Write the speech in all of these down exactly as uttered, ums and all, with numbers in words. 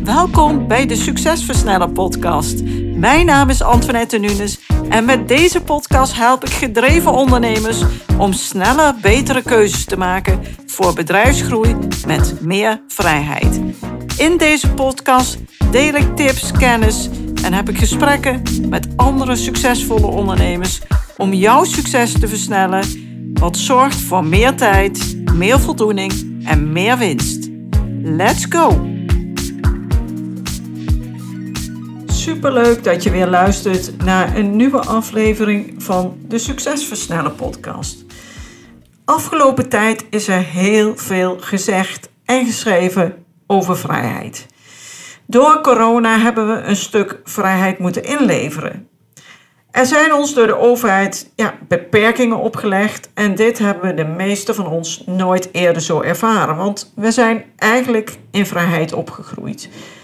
Welkom bij de Succesversneller podcast. Mijn naam is Antoinette Nunes en met deze podcast help ik gedreven ondernemers om sneller betere keuzes te maken voor bedrijfsgroei met meer vrijheid. In deze podcast deel ik tips, kennis en heb ik gesprekken met andere succesvolle ondernemers om jouw succes te versnellen, wat zorgt voor meer tijd, meer voldoening en meer winst. Let's go! Superleuk dat je weer luistert naar een nieuwe aflevering van de Succesversneller podcast. Afgelopen tijd is er heel veel gezegd en geschreven over vrijheid. Door corona hebben we een stuk vrijheid moeten inleveren. Er zijn ons door de overheid ja, beperkingen opgelegd en dit hebben de meeste van ons nooit eerder zo ervaren, want we zijn eigenlijk in vrijheid opgegroeid.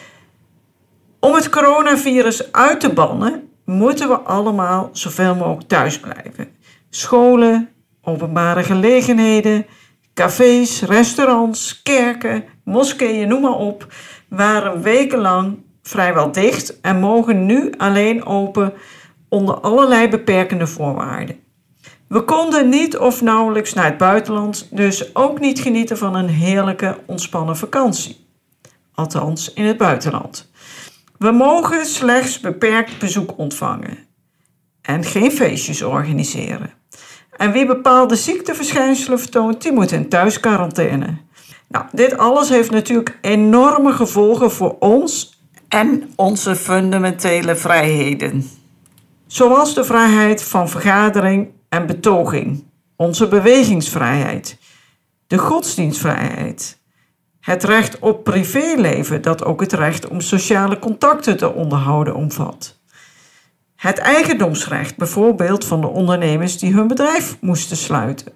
Om het coronavirus uit te bannen, moeten we allemaal zoveel mogelijk thuis blijven. Scholen, openbare gelegenheden, cafés, restaurants, kerken, moskeeën, noem maar op, waren wekenlang vrijwel dicht en mogen nu alleen open onder allerlei beperkende voorwaarden. We konden niet of nauwelijks naar het buitenland, dus ook niet genieten van een heerlijke, ontspannen vakantie. Althans in het buitenland. We mogen slechts beperkt bezoek ontvangen en geen feestjes organiseren. En wie bepaalde ziekteverschijnselen vertoont, die moet in thuisquarantaine. Nou, dit alles heeft natuurlijk enorme gevolgen voor ons en onze fundamentele vrijheden. Zoals de vrijheid van vergadering en betoging, onze bewegingsvrijheid, de godsdienstvrijheid, het recht op privéleven dat ook het recht om sociale contacten te onderhouden omvat. Het eigendomsrecht bijvoorbeeld van de ondernemers die hun bedrijf moesten sluiten.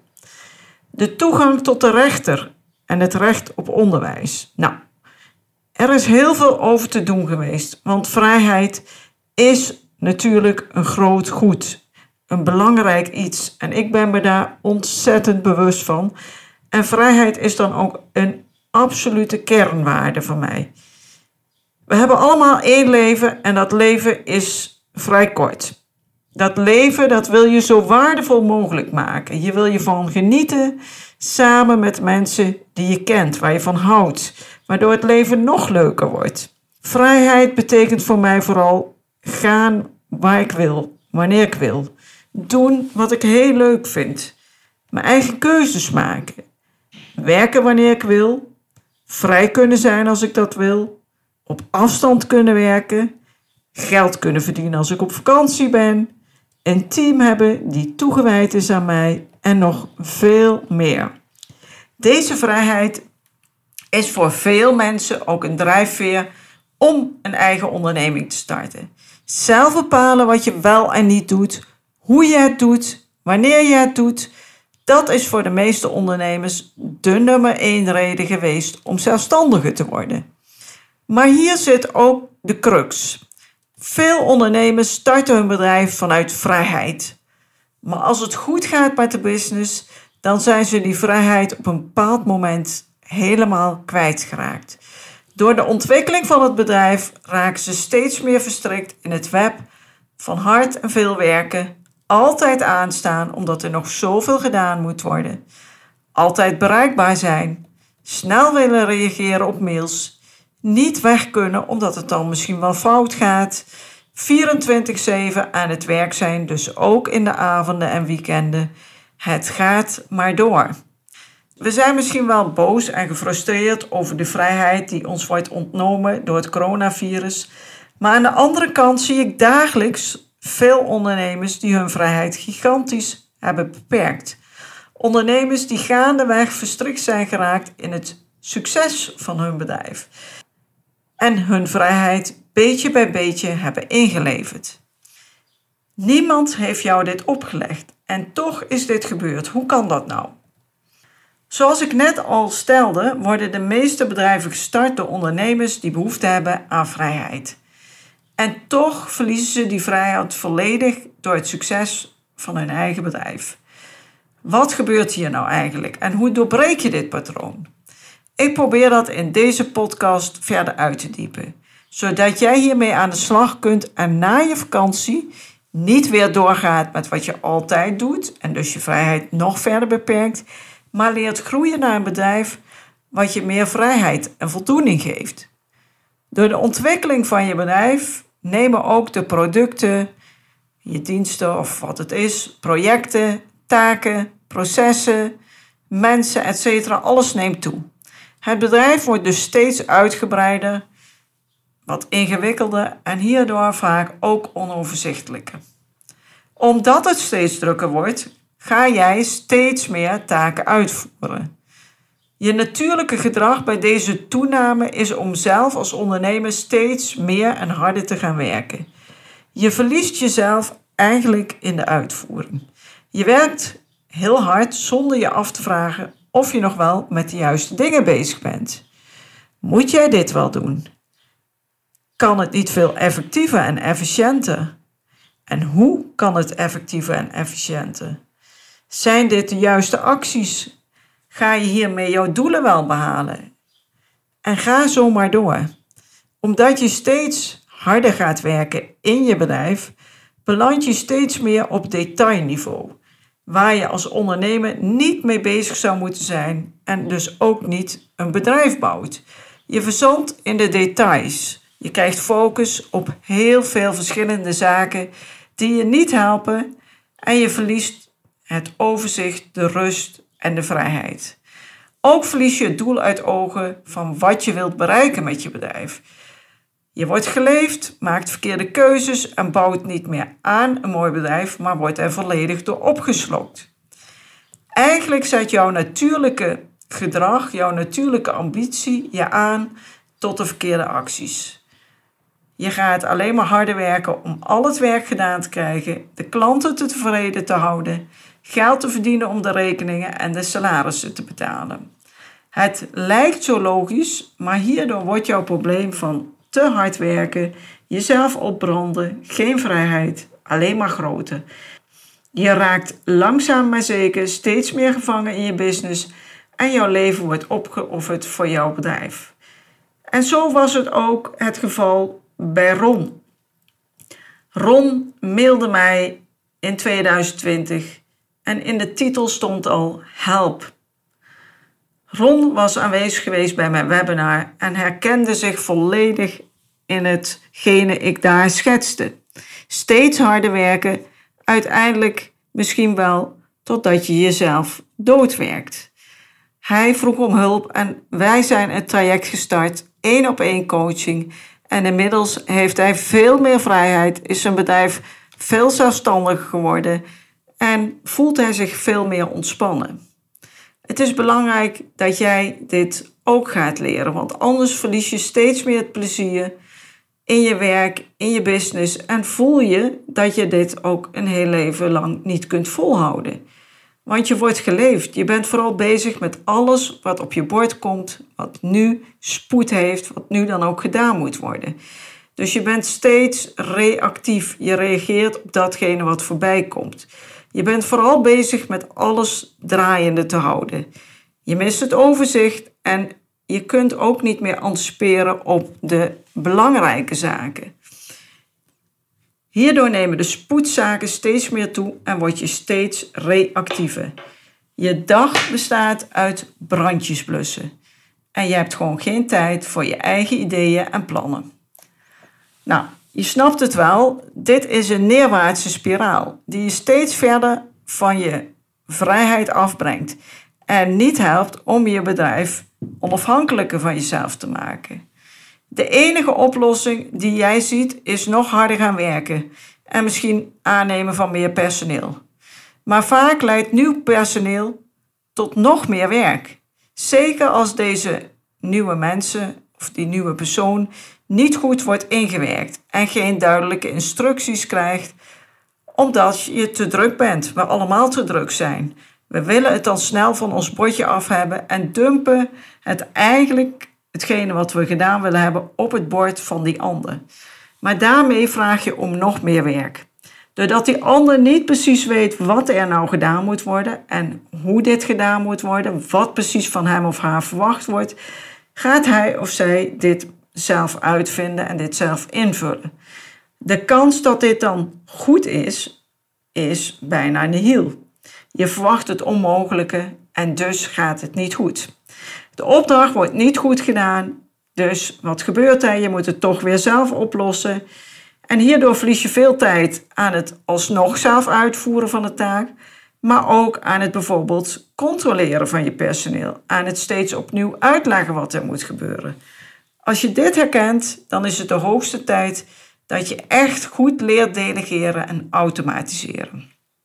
De toegang tot de rechter en het recht op onderwijs. Nou, er is heel veel over te doen geweest, want vrijheid is natuurlijk een groot goed. Een belangrijk iets en ik ben me daar ontzettend bewust van. En vrijheid is dan ook een absolute kernwaarde van mij. We hebben allemaal één leven en dat leven is vrij kort. Dat leven, dat wil je zo waardevol mogelijk maken. Je wil je van genieten, samen met mensen die je kent, waar je van houdt, waardoor het leven nog leuker wordt. Vrijheid betekent voor mij vooral gaan waar ik wil, wanneer ik wil. Doen wat ik heel leuk vind. Mijn eigen keuzes maken. Werken wanneer ik wil. Vrij kunnen zijn als ik dat wil. Op afstand kunnen werken. Geld kunnen verdienen als ik op vakantie ben. Een team hebben die toegewijd is aan mij. En nog veel meer. Deze vrijheid is voor veel mensen ook een drijfveer om een eigen onderneming te starten. Zelf bepalen wat je wel en niet doet, hoe je het doet, wanneer je het doet. Dat is voor de meeste ondernemers de nummer één reden geweest om zelfstandiger te worden. Maar hier zit ook de crux. Veel ondernemers starten hun bedrijf vanuit vrijheid. Maar als het goed gaat met de business, dan zijn ze die vrijheid op een bepaald moment helemaal kwijtgeraakt. Door de ontwikkeling van het bedrijf raken ze steeds meer verstrikt in het web van hard en veel werken, altijd aanstaan omdat er nog zoveel gedaan moet worden, altijd bereikbaar zijn, snel willen reageren op mails, niet weg kunnen omdat het dan misschien wel fout gaat, vierentwintig zeven aan het werk zijn, dus ook in de avonden en weekenden. Het gaat maar door. We zijn misschien wel boos en gefrustreerd over de vrijheid die ons wordt ontnomen door het coronavirus. Maar aan de andere kant zie ik dagelijks veel ondernemers die hun vrijheid gigantisch hebben beperkt. Ondernemers die gaandeweg verstrikt zijn geraakt in het succes van hun bedrijf. En hun vrijheid beetje bij beetje hebben ingeleverd. Niemand heeft jou dit opgelegd en toch is dit gebeurd. Hoe kan dat nou? Zoals ik net al stelde, worden de meeste bedrijven gestart door ondernemers die behoefte hebben aan vrijheid. En toch verliezen ze die vrijheid volledig door het succes van hun eigen bedrijf. Wat gebeurt hier nou eigenlijk en hoe doorbreek je dit patroon? Ik probeer dat in deze podcast verder uit te diepen. zodat jij hiermee aan de slag kunt en na je vakantie niet weer doorgaat met wat je altijd doet en dus je vrijheid nog verder beperkt, maar leert groeien naar een bedrijf wat je meer vrijheid en voldoening geeft. Door de ontwikkeling van je bedrijf nemen ook de producten, je diensten of wat het is, projecten, taken, processen, mensen, et cetera, alles neemt toe. Het bedrijf wordt dus steeds uitgebreider, wat ingewikkelder en hierdoor vaak ook onoverzichtelijker. Omdat het steeds drukker wordt, ga jij steeds meer taken uitvoeren. Je natuurlijke gedrag bij deze toename is om zelf als ondernemer steeds meer en harder te gaan werken. Je verliest jezelf eigenlijk in de uitvoering. Je werkt heel hard zonder je af te vragen of je nog wel met de juiste dingen bezig bent. Moet jij dit wel doen? Kan het niet veel effectiever en efficiënter? En hoe kan het effectiever en efficiënter? Zijn dit de juiste acties? Ga je hiermee jouw doelen wel behalen? En ga zo maar door. Omdat je steeds harder gaat werken in je bedrijf, beland je steeds meer op detailniveau, waar je als ondernemer niet mee bezig zou moeten zijn en dus ook niet een bedrijf bouwt. Je verzandt in de details. Je krijgt focus op heel veel verschillende zaken die je niet helpen en je verliest het overzicht, de rust en de vrijheid. Ook verlies je het doel uit ogen van wat je wilt bereiken met je bedrijf. Je wordt geleefd, maakt verkeerde keuzes en bouwt niet meer aan een mooi bedrijf, maar wordt er volledig door opgeslokt. Eigenlijk zet jouw natuurlijke gedrag, jouw natuurlijke ambitie je aan tot de verkeerde acties. Je gaat alleen maar harder werken om al het werk gedaan te krijgen, de klanten tevreden te houden, geld te verdienen om de rekeningen en de salarissen te betalen. Het lijkt zo logisch, maar hierdoor wordt jouw probleem van te hard werken, jezelf opbranden, geen vrijheid, alleen maar groter. Je raakt langzaam maar zeker steeds meer gevangen in je business en jouw leven wordt opgeofferd voor jouw bedrijf. En zo was het ook het geval bij Ron. Ron mailde mij in tweeduizend twintig en in de titel stond al help. Ron was aanwezig geweest bij mijn webinar en herkende zich volledig in hetgene ik daar schetste. Steeds harder werken, uiteindelijk misschien wel totdat je jezelf doodwerkt. Hij vroeg om hulp en wij zijn het traject gestart, één op één coaching. En inmiddels heeft hij veel meer vrijheid, is zijn bedrijf veel zelfstandiger geworden en voelt hij zich veel meer ontspannen. Het is belangrijk dat jij dit ook gaat leren, want anders verlies je steeds meer het plezier in je werk, in je business en voel je dat je dit ook een heel leven lang niet kunt volhouden. Want je wordt geleefd. Je bent vooral bezig met alles wat op je bord komt, wat nu spoed heeft, wat nu dan ook gedaan moet worden. Dus je bent steeds reactief. Je reageert op datgene wat voorbij komt. Je bent vooral bezig met alles draaiende te houden. Je mist het overzicht en je kunt ook niet meer anticiperen op de belangrijke zaken. Hierdoor nemen de spoedzaken steeds meer toe en word je steeds reactiever. Je dag bestaat uit brandjes blussen. En je hebt gewoon geen tijd voor je eigen ideeën en plannen. Nou, je snapt het wel. Dit is een neerwaartse spiraal die je steeds verder van je vrijheid afbrengt. En niet helpt om je bedrijf onafhankelijker van jezelf te maken. De enige oplossing die jij ziet is nog harder gaan werken en misschien aannemen van meer personeel. Maar vaak leidt nieuw personeel tot nog meer werk. Zeker als deze nieuwe mensen of die nieuwe persoon niet goed wordt ingewerkt en geen duidelijke instructies krijgt omdat je te druk bent, we allemaal te druk zijn. We willen het dan snel van ons bordje af hebben en dumpen het eigenlijk hetgene wat we gedaan willen hebben op het bord van die ander. Maar daarmee vraag je om nog meer werk. Doordat die ander niet precies weet wat er nou gedaan moet worden en hoe dit gedaan moet worden, wat precies van hem of haar verwacht wordt, gaat hij of zij dit zelf uitvinden en dit zelf invullen. De kans dat dit dan goed is, is bijna nihil. Je verwacht het onmogelijke en dus gaat het niet goed. De opdracht wordt niet goed gedaan, dus wat gebeurt er? Je moet het toch weer zelf oplossen. En hierdoor verlies je veel tijd aan het alsnog zelf uitvoeren van de taak, maar ook aan het bijvoorbeeld controleren van je personeel, aan het steeds opnieuw uitleggen wat er moet gebeuren. Als je dit herkent, dan is het de hoogste tijd dat je echt goed leert delegeren en automatiseren.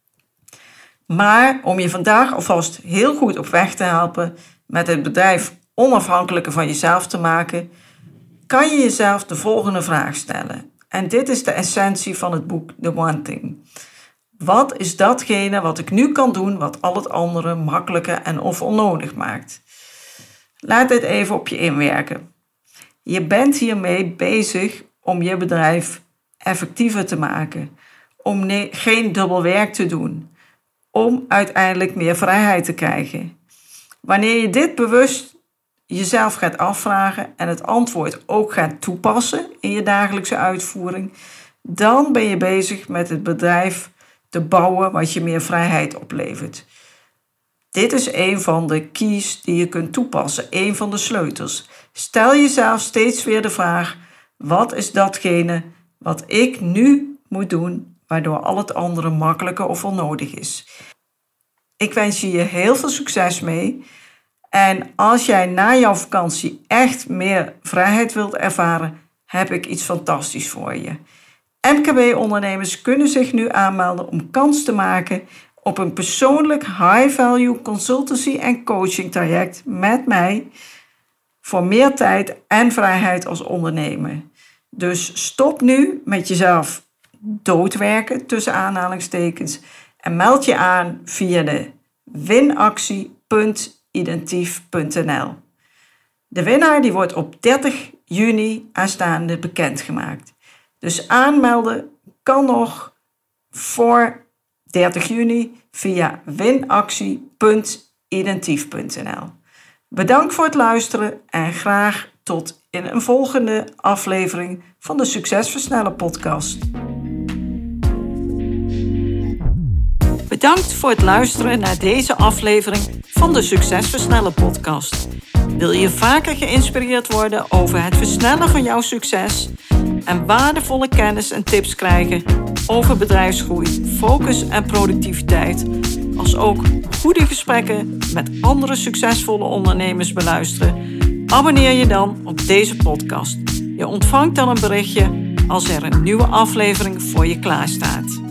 Maar om je vandaag alvast heel goed op weg te helpen met het bedrijf onafhankelijker van jezelf te maken, kan je jezelf de volgende vraag stellen. En dit is de essentie van het boek The One Thing. Wat is datgene wat ik nu kan doen wat al het andere makkelijker en of onnodig maakt? Laat dit even op je inwerken. Je bent hiermee bezig om je bedrijf effectiever te maken, om ne- geen dubbel werk te doen, om uiteindelijk meer vrijheid te krijgen. Wanneer je dit bewust jezelf gaat afvragen en het antwoord ook gaat toepassen in je dagelijkse uitvoering, dan ben je bezig met het bedrijf te bouwen wat je meer vrijheid oplevert. Dit is een van de keys die je kunt toepassen, een van de sleutels. Stel jezelf steeds weer de vraag: wat is datgene wat ik nu moet doen, waardoor al het andere makkelijker of onnodig is? Ik wens je hier heel veel succes mee. En als jij na jouw vakantie echt meer vrijheid wilt ervaren, heb ik iets fantastisch voor je. M K B-ondernemers kunnen zich nu aanmelden om kans te maken op een persoonlijk high-value consultancy en coaching traject met mij voor meer tijd en vrijheid als ondernemer. Dus stop nu met jezelf doodwerken tussen aanhalingstekens en meld je aan via de winactie punt identief punt n l. De winnaar die wordt op dertig juni aanstaande bekendgemaakt. Dus aanmelden kan nog voor dertig juni via winactie punt identief punt n l. Bedankt voor het luisteren en graag tot in een volgende aflevering van de Succesversnellen podcast. Bedankt voor het luisteren naar deze aflevering van de Succesversnellen podcast. Wil je vaker geïnspireerd worden over het versnellen van jouw succes en waardevolle kennis en tips krijgen over bedrijfsgroei, focus en productiviteit, als ook goede gesprekken met andere succesvolle ondernemers beluisteren? Abonneer je dan op deze podcast. Je ontvangt dan een berichtje als er een nieuwe aflevering voor je klaarstaat.